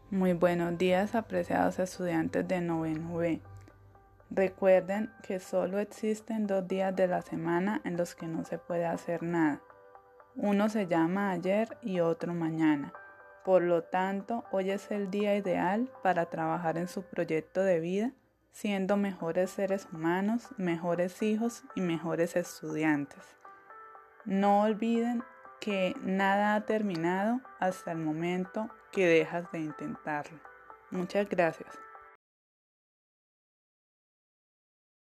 Muy buenos días, apreciados estudiantes de noveno B. Recuerden que solo existen 2 días de la semana en los que no se puede hacer nada. Uno se llama ayer y otro mañana. Por lo tanto, hoy es el día ideal para trabajar en su proyecto de vida, siendo mejores seres humanos, mejores hijos y mejores estudiantes. No olviden que nada ha terminado hasta el momento que dejas de intentarlo. Muchas gracias.